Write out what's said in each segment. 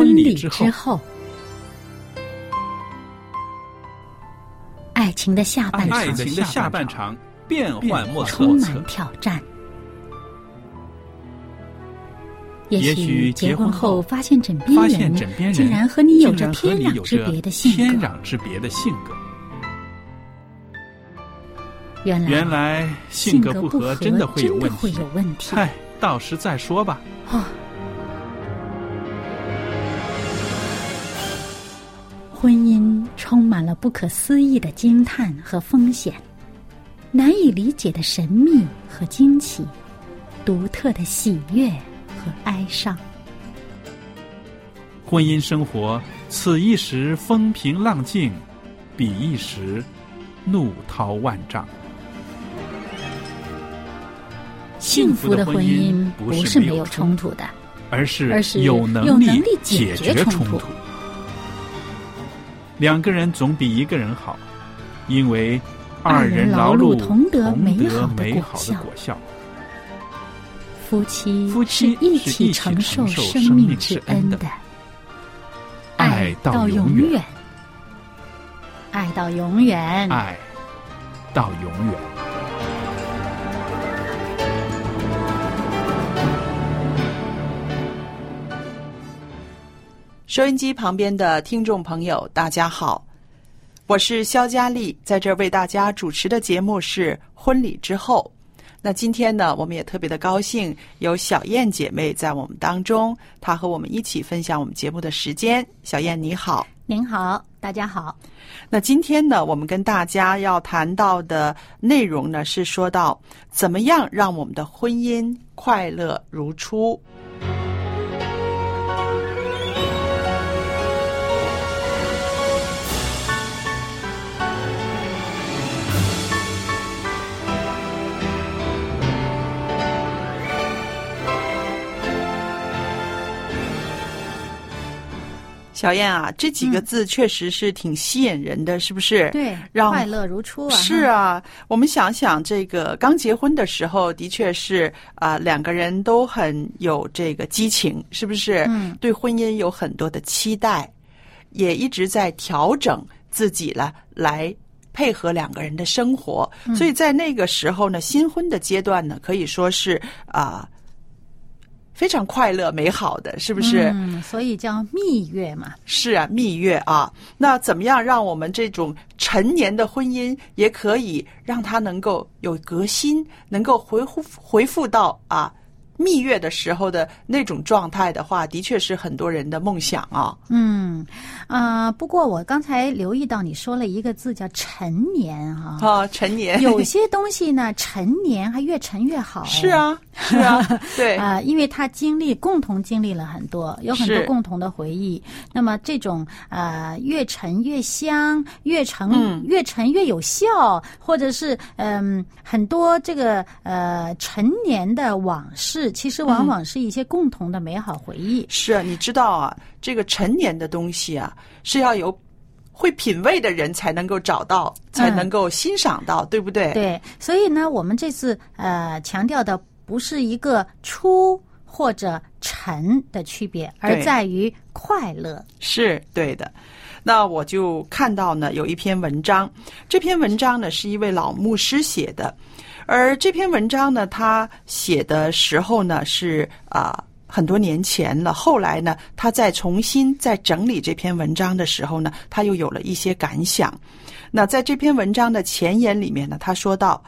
婚礼之后，爱情的下半场变幻莫测， 充满挑战。也许结婚后发现枕边人竟然和你有着天壤之别的性格。 原来性格不合真的会有问题。嗨，到时再说吧。 婚姻充满了不可思议的惊叹和风险，难以理解的神秘和惊奇，独特的喜悦和哀伤。 婚姻生活，此一时风平浪静，彼一时怒涛万丈。 幸福的婚姻不是没有冲突的， 而是有能力解决冲突。两个人总比一个人好，因为二人劳碌同得美好的果效。 夫妻是一起承受生命之恩的，爱到永远，爱到永远， 爱到永远。 收音机旁边的听众朋友，大家好，我是肖佳丽，在这儿为大家主持的节目是婚礼之后。那今天呢，我们也特别的高兴，有小燕姐妹在我们当中，她和我们一起分享我们节目的时间。小燕你好。 您好，大家好。 那今天呢，我们跟大家要谈到的内容呢，是说到怎么样让我们的婚姻快乐如初。小燕啊，这几个字确实是挺吸引人的，是不是？ 对，快乐如初啊。 是啊，我们想想，这个刚结婚的时候，的确是两个人都很有这个激情，是不是？对婚姻有很多的期待，也一直在调整自己来配合两个人的生活。所以在那个时候呢，新婚的阶段呢，可以说是非常快乐美好的，是不是？ 所以叫蜜月嘛。 是啊，蜜月啊。那怎么样让我们这种陈年的婚姻也可以让它能够有革新，能够回复到蜜月的时候的那种状态的话，的确是很多人的梦想啊。 不过我刚才留意到你说了一个字叫陈年哈。 陈年。 有些东西呢，陈年还越陈越好。 是啊，对因为他共同经历了很多，有很多共同的回忆。那么这种越陈越香，越陈越有效，或者是很多这个陈年的往事。其实往往是一些共同的美好回忆。 是啊，你知道啊，这个陈年的东西啊，是要有会品味的人才能够找到，才能够欣赏到，对不对？ 对，所以呢，我们这次强调的不是一个初或者陈的区别，而在于快乐。 是对的。那我就看到呢，有一篇文章，这篇文章呢是一位老牧师写的。而这篇文章呢，他写的时候呢是很多年前了。后来呢，他重新整理这篇文章的时候呢，他又有了一些感想。那在这篇文章的前言里面呢，他说到，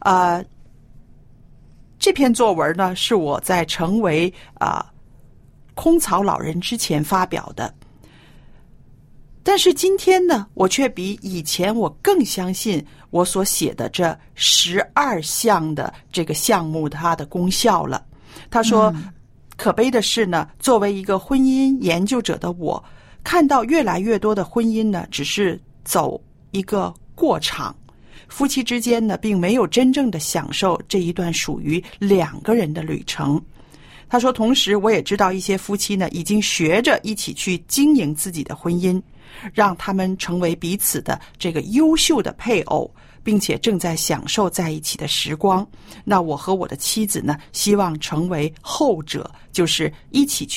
这篇作文呢是我在成为空巢老人之前发表的。但是今天呢，我却比以前我更相信我所写的这12项的这个项目它的功效了。他说，可悲的是呢，作为一个婚姻研究者的我，看到越来越多的婚姻呢，只是走一个过场，夫妻之间呢，并没有真正的享受这一段属于两个人的旅程。他说，同时我也知道一些夫妻呢，已经学着一起去经营自己的婚姻，让他们成为彼此的这个优秀的配偶，并且正在享受在一起的时光。那我和我的妻子呢，希望成为后者，就是一起去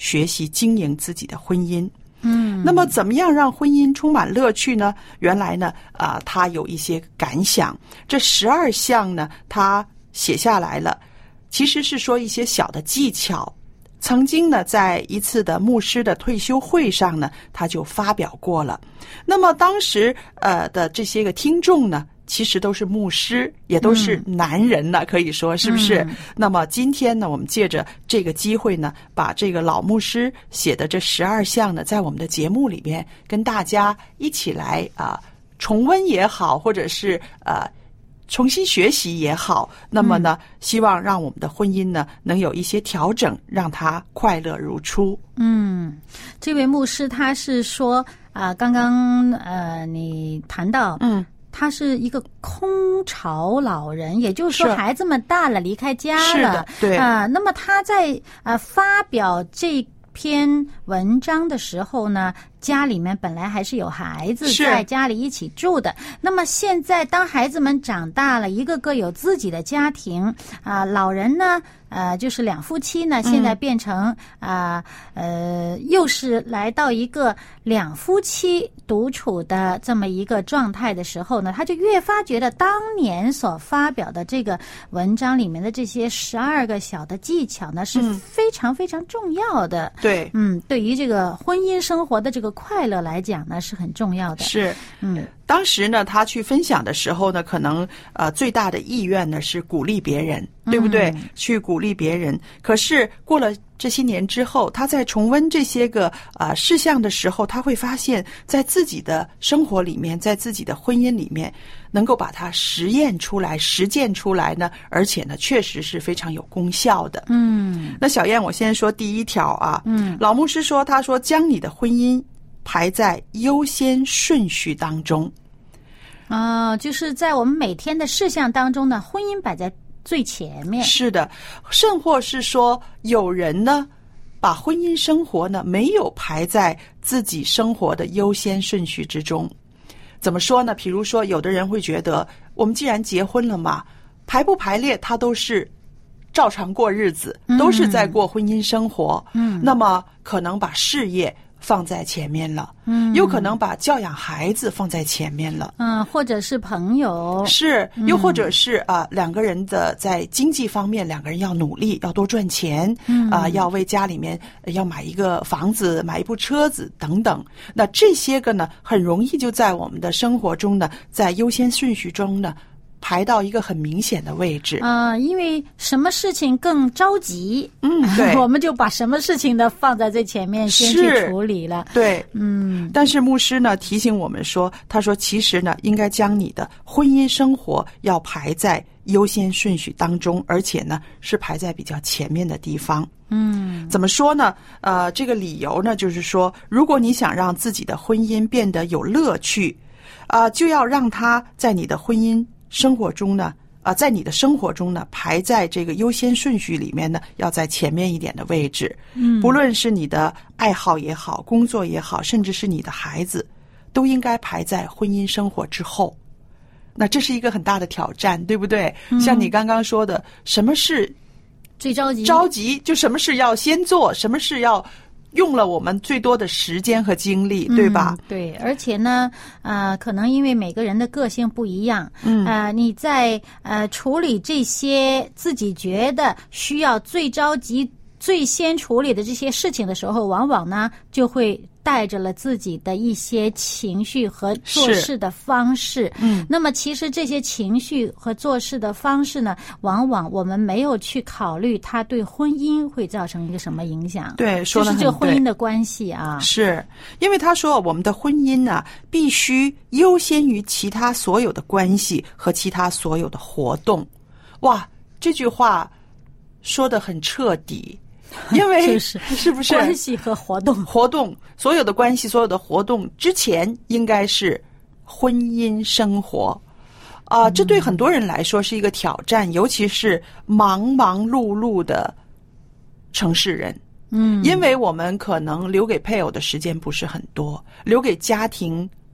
学习经营自己的婚姻。那么怎么样让婚姻充满乐趣呢？原来呢，他有一些感想，这12项呢，他写下来了，其实是说一些小的技巧。曾经呢，在一次的牧师的退休会上呢，他就发表过了。那么当时的这些个听众呢，其实都是牧师，也都是男人呢，可以说是不是？那么今天呢，我们借着这个机会呢，把这个老牧师写的这12项呢，在我们的节目里面跟大家一起来重温也好，或者是重新学习也好，那么呢，希望让我们的婚姻呢能有一些调整，让它快乐如初。 这位牧师他是说刚刚你谈到他是一个空巢老人，也就是说孩子们大了离开家了， 是的，对那么他在发表这篇文章的时候呢，家里面本来还是有孩子在家里一起住的。那么现在当孩子们长大了，一个个有自己的家庭老人呢就是两夫妻呢，现在变成又是来到一个两夫妻独处的这么一个状态的时候呢，他就越发觉得当年所发表的这个文章里面的这些12个小的技巧呢，是非常非常重要的。 对， 对于这个婚姻生活的这个快乐来讲呢，是很重要的。 是，当时呢，他去分享的时候呢，可能最大的意愿呢是鼓励别人，对不对？去鼓励别人。可是过了这些年之后，他在重温这些个事项的时候，他会发现，在自己的生活里面，在自己的婚姻里面，能够把它实践出来呢，而且呢，确实是非常有功效的。那小燕，我先说第一条老牧师说，他说将你的婚姻排在优先顺序当中。 就是在我们每天的事项当中呢，婚姻摆在最前面。是的，甚或是说有人呢把婚姻生活呢没有排在自己生活的优先顺序之中。怎么说呢？比如说有的人会觉得，我们既然结婚了嘛，排不排列他都是照常过日子，都是在过婚姻生活。那么可能把事业放在前面了，有可能把教养孩子放在前面了， 或者是朋友， 是，又或者是两个人的在经济方面，两个人要努力，要多赚钱，要为家里面要买一个房子，买一部车子等等。那这些个呢，很容易就在我们的生活中呢，在优先顺序中呢，排到一个很明显的位置。 因为什么事情更着急， 对， 我们就把什么事情呢放在最前面先去处理了。 对，但是牧师呢提醒我们说，他说其实呢应该将你的婚姻生活要排在优先顺序当中，而且呢是排在比较前面的地方。怎么说呢？这个理由呢就是说，如果你想让自己的婚姻变得有乐趣，就要让它在你的婚姻生活中呢，在你的生活中呢，排在这个优先顺序里面呢，要在前面一点的位置。不论是你的爱好也好，工作也好，甚至是你的孩子，都应该排在婚姻生活之后。那这是一个很大的挑战，对不对？像你刚刚说的，什么事最着急， 就什么事要先做，什么事要用了我们最多的时间和精力，对吧？ 对，而且呢，可能因为每个人的个性不一样，你在处理这些自己觉得需要最着急、最先处理的这些事情的时候，往往呢就会带着了自己的一些情绪和做事的方式。那么其实这些情绪和做事的方式呢，往往我们没有去考虑它对婚姻会造成一个什么影响。 对，说得很对， 就是这个婚姻的关系啊。 是因为他说我们的婚姻呢，必须优先于其他所有的关系和其他所有的活动。哇，这句话说得很彻底。因为是不是关系和活动所有的关系，所有的活动之前应该是婚姻生活这对很多人来说是一个挑战，尤其是忙忙碌碌的城市人。因为我们可能留给配偶的时间不是很多，留给家庭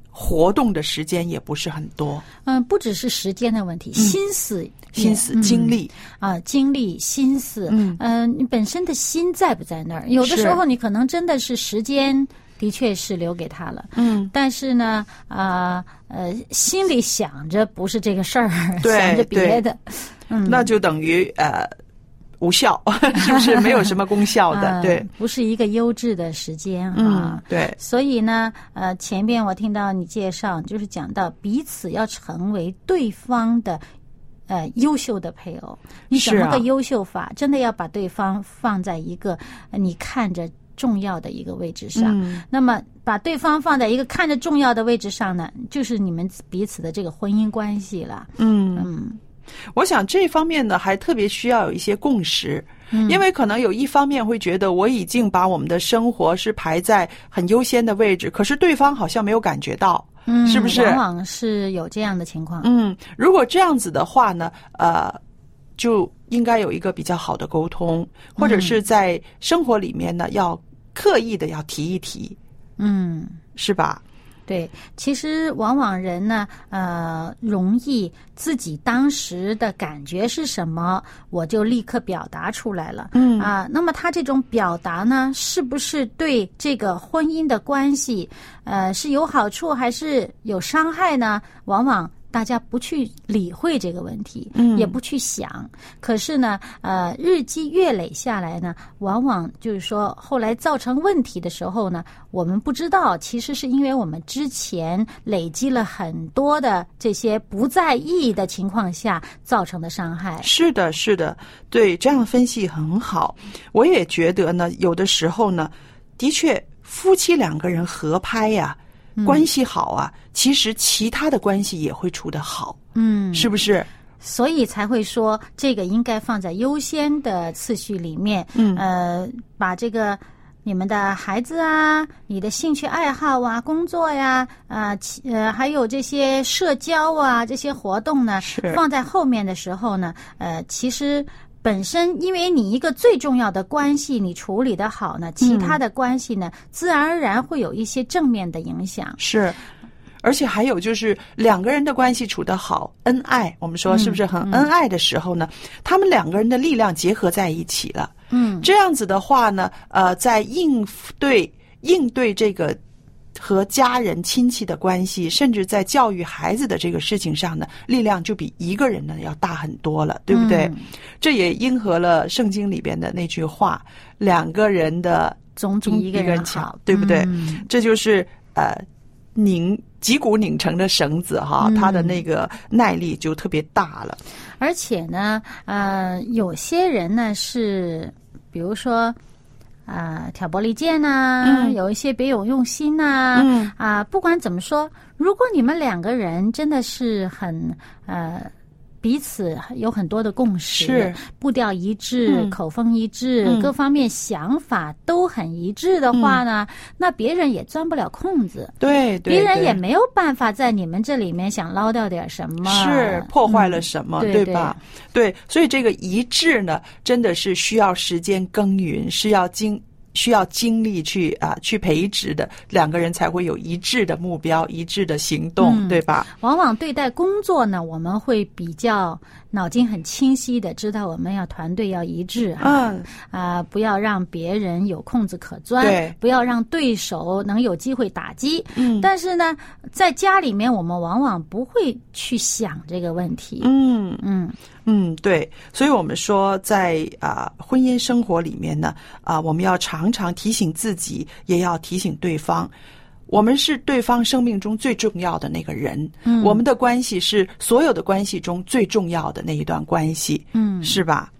活动的时间也不是很多。 不只是时间的问题，心思、 精力精力、心思，你本身的心在不在那儿？有的时候你可能真的是时间的确是留给他了，但是呢，心里想着不是这个事儿，想着别的， 那就等于无效，是不是没有什么功效的？对， 不是一个优质的时间对。 所以呢，前边我听到你介绍，就是讲到彼此要成为对方的优秀的配偶。你怎么个优秀法？真的要把对方放在一个你看着重要的一个位置上。那么把对方放在一个看着重要的位置上呢，就是你们彼此的这个婚姻关系了。 我想这方面呢，还特别需要有一些共识，因为可能有一方面会觉得我已经把我们的生活是排在很优先的位置，可是对方好像没有感觉到，是不是？ 往往是有这样的情况。 如果这样子的话呢，就应该有一个比较好的沟通，或者是在生活里面呢，要刻意的要提一提，是吧？ 对，其实往往人呢，容易自己当时的感觉是什么，我就立刻表达出来了。那么他这种表达呢，是不是对这个婚姻的关系，是有好处还是有伤害呢？往往大家不去理会这个问题，也不去想。可是呢，日积月累下来呢，往往就是说，后来造成问题的时候呢，我们不知道，其实是因为我们之前累积了很多的这些不在意的情况下造成的伤害。 是的，是的，对，这样分析很好。我也觉得呢，有的时候呢，的确，夫妻两个人合拍呀，关系好啊，其实其他的关系也会处得好，是不是？ 所以才会说这个应该放在优先的次序里面，把这个你们的孩子啊，你的兴趣爱好啊，工作呀，还有这些社交啊，这些活动呢，放在后面的时候呢，其实本身因为你一个最重要的关系你处理得好呢，其他的关系呢，自然而然会有一些正面的影响。 是，而且还有就是两个人的关系处得好，恩爱，我们说是不是很恩爱的时候呢，他们两个人的力量结合在一起了。这样子的话呢，在应对这个和家人亲戚的关系，甚至在教育孩子的这个事情上呢，力量就比一个人呢要大很多了，对不对？这也应和了圣经里边的那句话，两个人的总比一个人好， 对不对？这就是击鼓拧成的绳子哈，它的那个耐力就特别大了。 而且呢，有些人呢是，比如说挑拨离间呐，有一些别有用心呐，不管怎么说，如果你们两个人真的是很彼此有很多的共识，步调一致，口风一致，各方面想法都很一致的话呢，那别人也钻不了空子， 对， 别人也没有办法在你们这里面想捞掉点什么， 是破坏了什么，对吧？对，所以这个一致呢，真的是需要时间耕耘，需要精力去培植的，两个人才会有一致的目标，一致的行动，对吧？ 往往对待工作呢，我们会比较脑筋很清晰的知道我们要团队要一致，不要让别人有空子可钻，对，不要让对手能有机会打击。但是呢，在家里面我们往往不会去想这个问题。 对，所以我们说在婚姻生活里面呢，我们要常常提醒自己，也要提醒对方，我们是对方生命中最重要的那个人，我们的关系是所有的关系中最重要的那一段关系，是吧？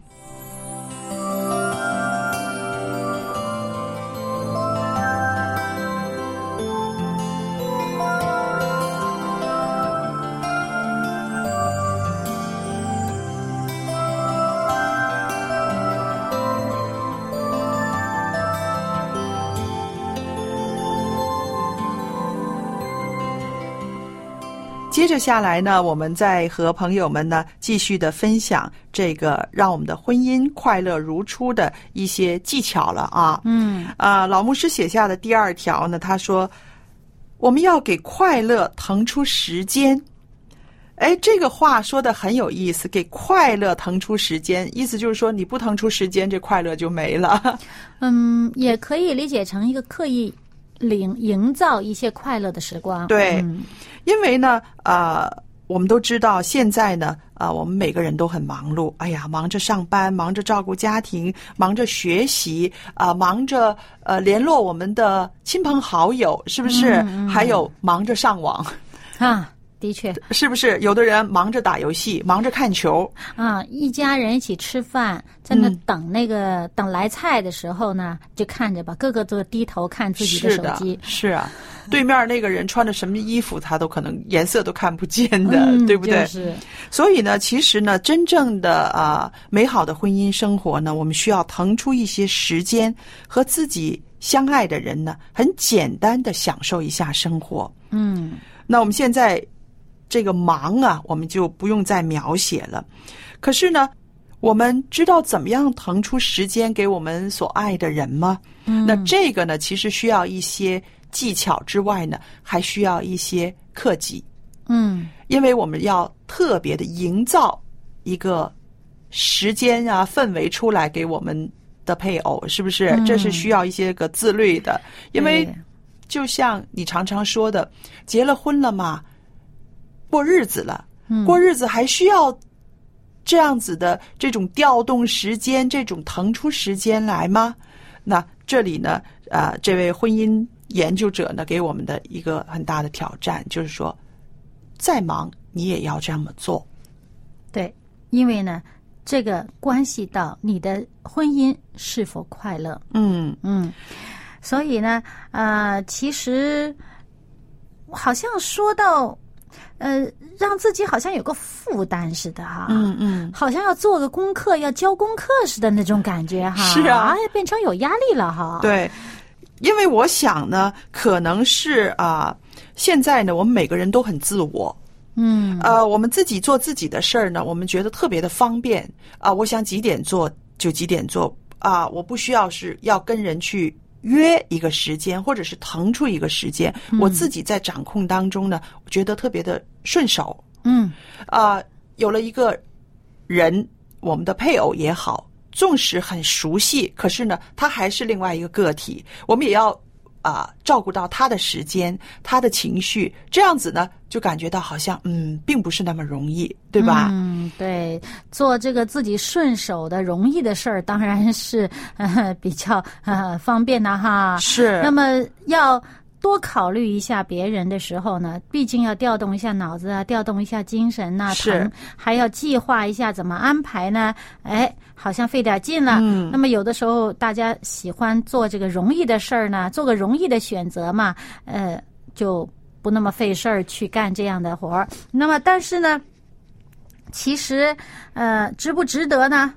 接着下来呢，我们再和朋友们呢继续的分享这个让我们的婚姻快乐如初的一些技巧了啊。老牧师写下的第2条呢，他说我们要给快乐腾出时间。哎，这个话说得很有意思，给快乐腾出时间，意思就是说你不腾出时间，这快乐就没了。 也可以理解成一个刻意营造一些快乐的时光。 对，因为呢，我们都知道现在呢，我们每个人都很忙碌。哎呀，忙着上班，忙着照顾家庭，忙着学习，忙着联络我们的亲朋好友，是不是？还有忙着上网啊。的确， 是不是有的人忙着打游戏，忙着看球啊？一家人一起吃饭，在那等来菜的时候呢，就看着吧，个个都低头看自己的手机。 是啊，对面那个人穿着什么衣服，他都可能颜色都看不见的，对不对？ 就是。 所以呢，其实呢，真正的美好的婚姻生活呢，我们需要腾出一些时间，和自己相爱的人呢，很简单的享受一下生活。那我们现在。这个忙啊，我们就不用再描写了。可是呢，我们知道怎么样腾出时间给我们所爱的人吗？那这个呢，其实需要一些技巧之外呢，还需要一些克己。因为我们要特别的营造一个时间啊氛围出来给我们的配偶，是不是？这是需要一些个自律的。因为就像你常常说的，结了婚了嘛，过日子了，过日子还需要这样子的这种调动时间，这种腾出时间来吗？那这里呢，这位婚姻研究者呢，给我们的一个很大的挑战，就是说，再忙你也要这么做。 对，因为呢，这个关系到你的婚姻是否快乐。所以呢，其实好像说到。让自己好像有个负担似的哈，好像要做个功课，要交功课似的那种感觉哈， 是啊， 变成有压力了哈。 对，因为我想呢，可能是现在呢，我们每个人都很自我，我们自己做自己的事儿呢，我们觉得特别的方便我想几点做就几点做我不需要是要跟人去。约一个时间，或者是腾出一个时间，我自己在掌控当中呢，我觉得特别的顺手。有了一个人，我们的配偶也好，纵使很熟悉，可是呢，他还是另外一个个体，我们也要照顾到他的时间，他的情绪，这样子呢，就感觉到好像并不是那么容易，对吧？ 对，做这个自己顺手的容易的事儿，当然是比较方便的哈。 是。 那么要多考虑一下别人的时候呢，毕竟要调动一下脑子啊，调动一下精神呐， 是， 还要计划一下怎么安排呢？哎，好像费点劲了。那么有的时候大家喜欢做这个容易的事儿呢，做个容易的选择嘛，就不那么费事儿去干这样的活儿。那么但是呢，其实值不值得呢？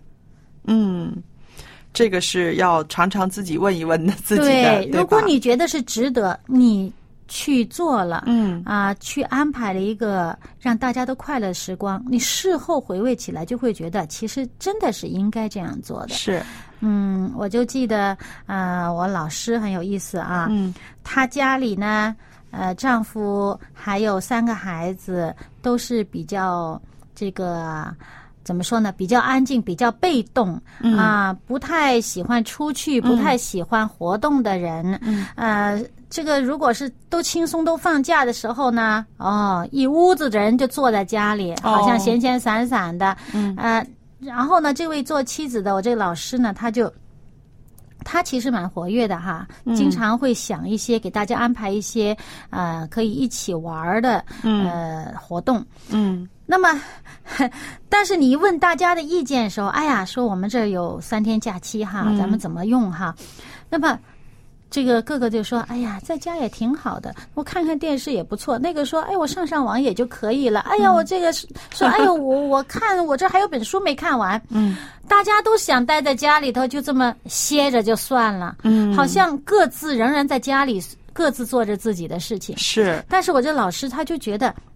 这个是要常常自己问一问的自己的， 对，如果你觉得是值得，你去做了，去安排了一个让大家都快乐的时光，你事后回味起来就会觉得，其实真的是应该这样做的。 是， 我就记得，我老师很有意思啊，她家里呢，丈夫还有3个孩子，都是比较这个。怎么说呢？比较安静，比较被动不太喜欢出去，不太喜欢活动的人。这个如果是都轻松都放假的时候呢，一屋子的人就坐在家里，好像闲闲散散的。然后呢，这位做妻子的我这个老师呢，他其实蛮活跃的哈，经常会想一些给大家安排一些可以一起玩的活动。那么但是你一问大家的意见的时候，哎呀，说我们这有3天假期哈，咱们怎么用哈？那么这个哥哥就说，哎呀，在家也挺好的，我看看电视也不错。那个说，哎，我上网也就可以了。哎呀，我这个说，哎呦，我看我这还有本书没看完。大家都想待在家里头，就这么歇着就算了。好像各自仍然在家里各自做着自己的事情。 是。 但是我这老师他就觉得，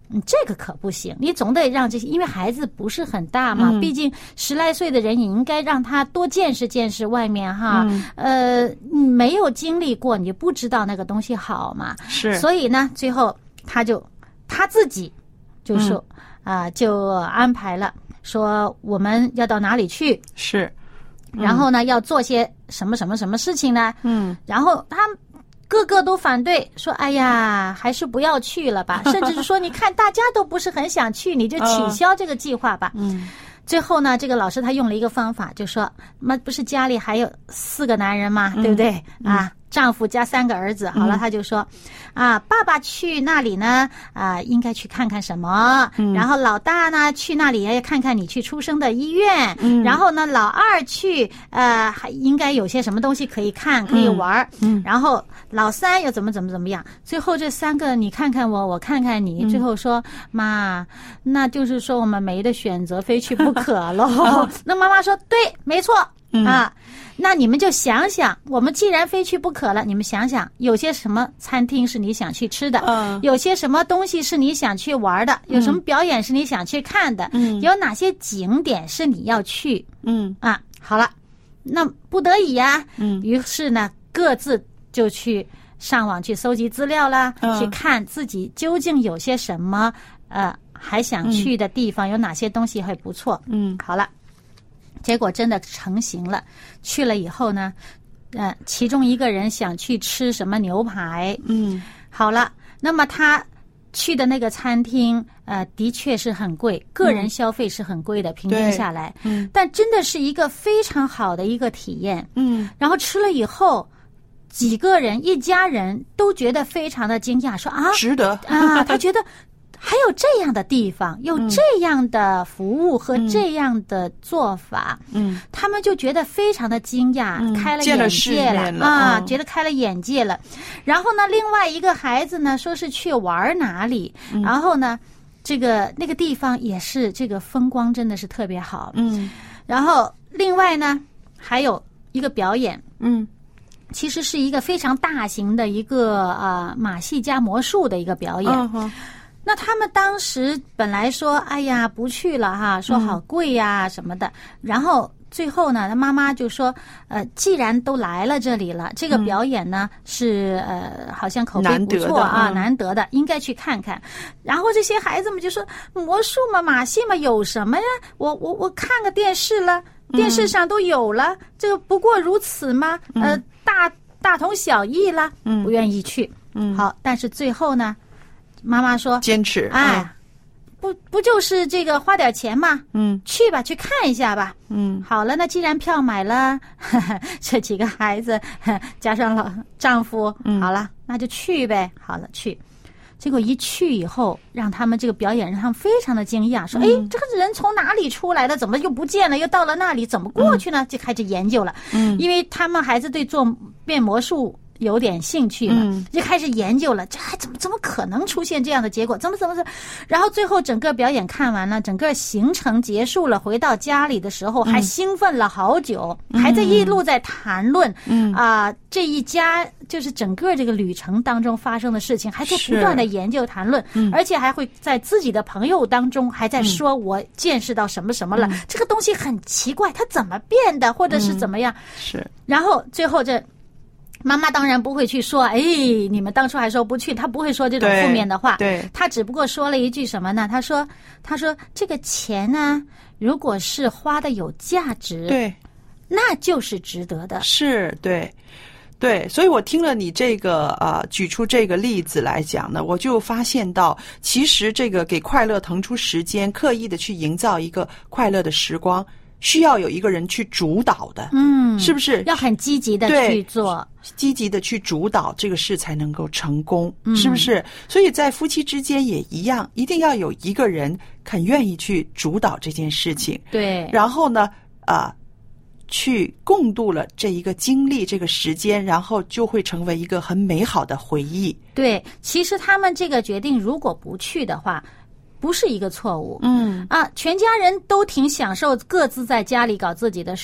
这个可不行，你总得让这些，因为孩子不是很大嘛，毕竟10来岁的人，也应该让他多见识见识外面哈。你没有经历过，你就不知道那个东西好嘛。 是， 所以呢，最后他自己就说就安排了，说我们要到哪里去， 是， 然后呢要做些什么什么什么事情呢？然后他个个都反对，说哎呀，还是不要去了吧，甚至是说你看大家都不是很想去，你就取消这个计划吧。最后呢，这个老师他用了一个方法，就说那不是家里还有4个男人吗？对不对？丈夫加3个儿子，好了，他就说爸爸去那里呢应该去看看什么，然后老大呢去那里要看看你去出生的医院，然后呢老二去还应该有些什么东西可以看可以玩，然后老三又怎么样，最后这3个你看看我看看你，最后说妈，那就是说我们没得选择，非去不可了。那妈妈说对，没错那你们就想想，我们既然非去不可了，你们想想有些什么餐厅是你想去吃的，有些什么东西是你想去玩的，有什么表演是你想去看的，有哪些景点是你要去，好了，那不得已于是呢各自就去上网去搜集资料啦，去看自己究竟有些什么还想去的地方，有哪些东西会不错。好了，结果真的成型了。去了以后呢，其中一个人想去吃什么牛排，好了，那么他去的那个餐厅，的确是很贵，个人消费是很贵的，平均下来，但真的是一个非常好的一个体验，然后吃了以后，几个人一家人都觉得非常的惊讶，说值得他觉得还有这样的地方，有这样的服务和这样的做法，他们就觉得非常的惊讶，开了眼界了觉得开了眼界了。然后呢，另外一个孩子呢说是去玩哪里，然后呢那个地方也是这个风光真的是特别好，然后另外呢还有一个表演，其实是一个非常大型的一个马戏加魔术的一个表演。那他们当时本来说哎呀不去了哈，说好贵呀什么的，然后最后呢他妈妈就说既然都来了这里了，这个表演呢是好像口碑不错难得的，应该去看看。然后这些孩子们就说魔术嘛马戏嘛有什么呀，我看个电视了，电视上都有了，这个不过如此吗？大同小异啦，不愿意去。好，但是最后呢妈妈说坚持， 不就是这个花点钱嘛，去吧，去看一下吧。好了，那既然票买了，这几个孩子加上丈夫，好了，那就去呗。好了，去。结果一去以后，让他们这个表演让他们非常的惊讶，说这个人从哪里出来的，怎么又不见了，又到了那里，怎么过去呢？就开始研究了。因为他们孩子对做变魔术有点兴趣了，就开始研究了，这还怎么可能出现这样的结果？怎么？然后最后整个表演看完了，整个行程结束了，回到家里的时候还兴奋了好久，还在一路在谈论这一家就是整个这个旅程当中发生的事情，还在不断的研究谈论，而且还会在自己的朋友当中还在说我见识到什么什么了，这个东西很奇怪，它怎么变的，或者是怎么样？ 是。然后最后妈妈当然不会去说你们当初还说不去，她不会说这种负面的话， 对， 她只不过说了一句什么呢？她说这个钱呢如果是花的有价值， 对， 那就是值得的。 是，对，所以我听了你这个举出这个例子来讲呢，我就发现到其实这个给快乐腾出时间，刻意的去营造一个快乐的时光，需要有一个人去主导的，是不是？ 要很积极的去做， 积极的去主导这个事才能够成功，是不是？所以在夫妻之间也一样，一定要有一个人肯愿意去主导这件事情， 对， 然后呢，去共度了这一个经历，这个时间，然后就会成为一个很美好的回忆。 对，其实他们这个决定如果不去的话，不是一个错误。全家人都挺享受各自在家里搞自己的事儿，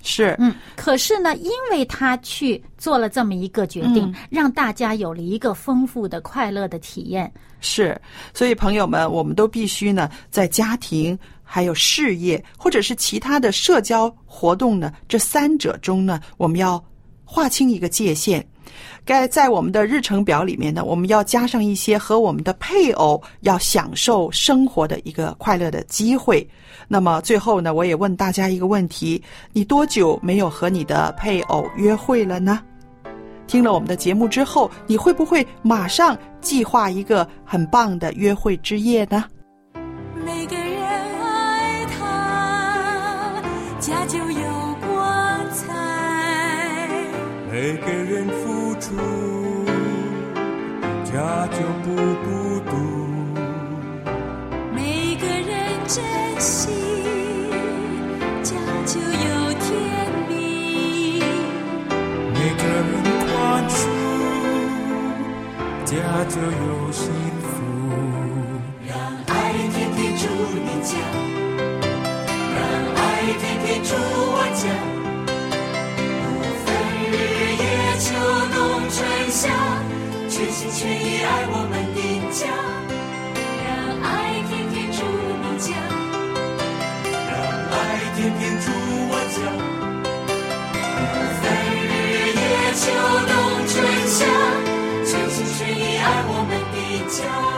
是， 可是呢，因为他去做了这么一个决定，让大家有了一个丰富的、快乐的体验。 是，所以朋友们，我们都必须呢，在家庭、还有事业，或者是其他的社交活动呢，这三者中呢，我们要划清一个界限。该在我们的日程表里面呢，我们要加上一些和我们的配偶要享受生活的一个快乐的机会。那么最后呢，我也问大家一个问题：你多久没有和你的配偶约会了呢？听了我们的节目之后，你会不会马上计划一个很棒的约会之夜呢？ 每个人爱他，家就有光彩； 每个人付出，家就不孤独； 每个人珍惜，家就有甜蜜； 每个人宽恕，家就有幸福。 让爱天天住你家，让爱天天住我家，不分日夜秋冬春夏，全心全意爱我们的家。 让爱天天住你家， 让爱天天住我家，不分日夜秋冬春夏，全心全意爱我们的家。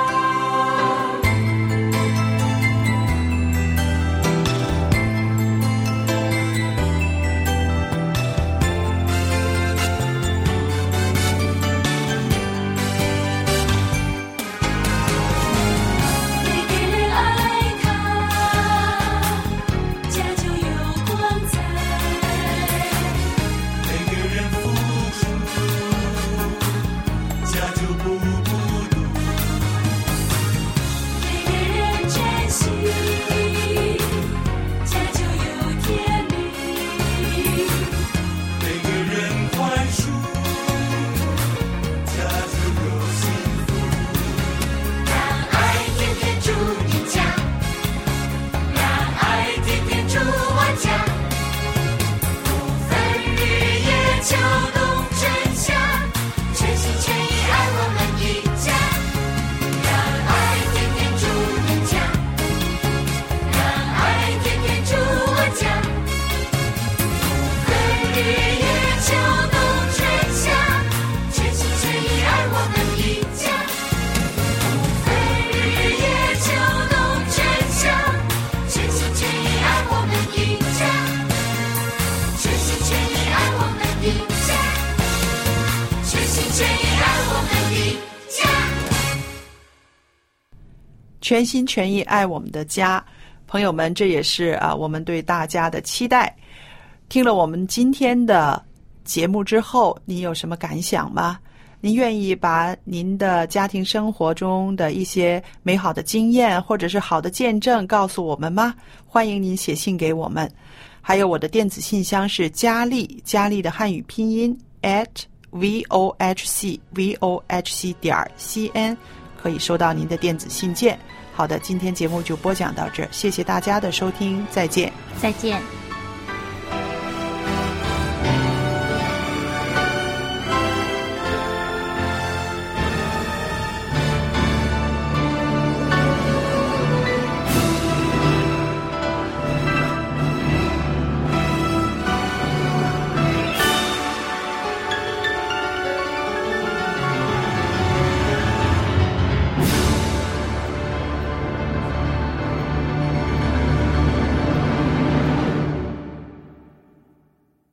全心全意爱我们的家。朋友们，这也是我们对大家的期待。听了我们今天的节目之后，你有什么感想吗？您愿意把您的家庭生活中的一些美好的经验或者是好的见证告诉我们吗？欢迎您写信给我们。还有我的电子信箱是佳丽，佳丽的汉语拼音 @vohc.cn， 可以收到您的电子信件。好的，今天节目就播讲到这儿，谢谢大家的收听，再见。 再见。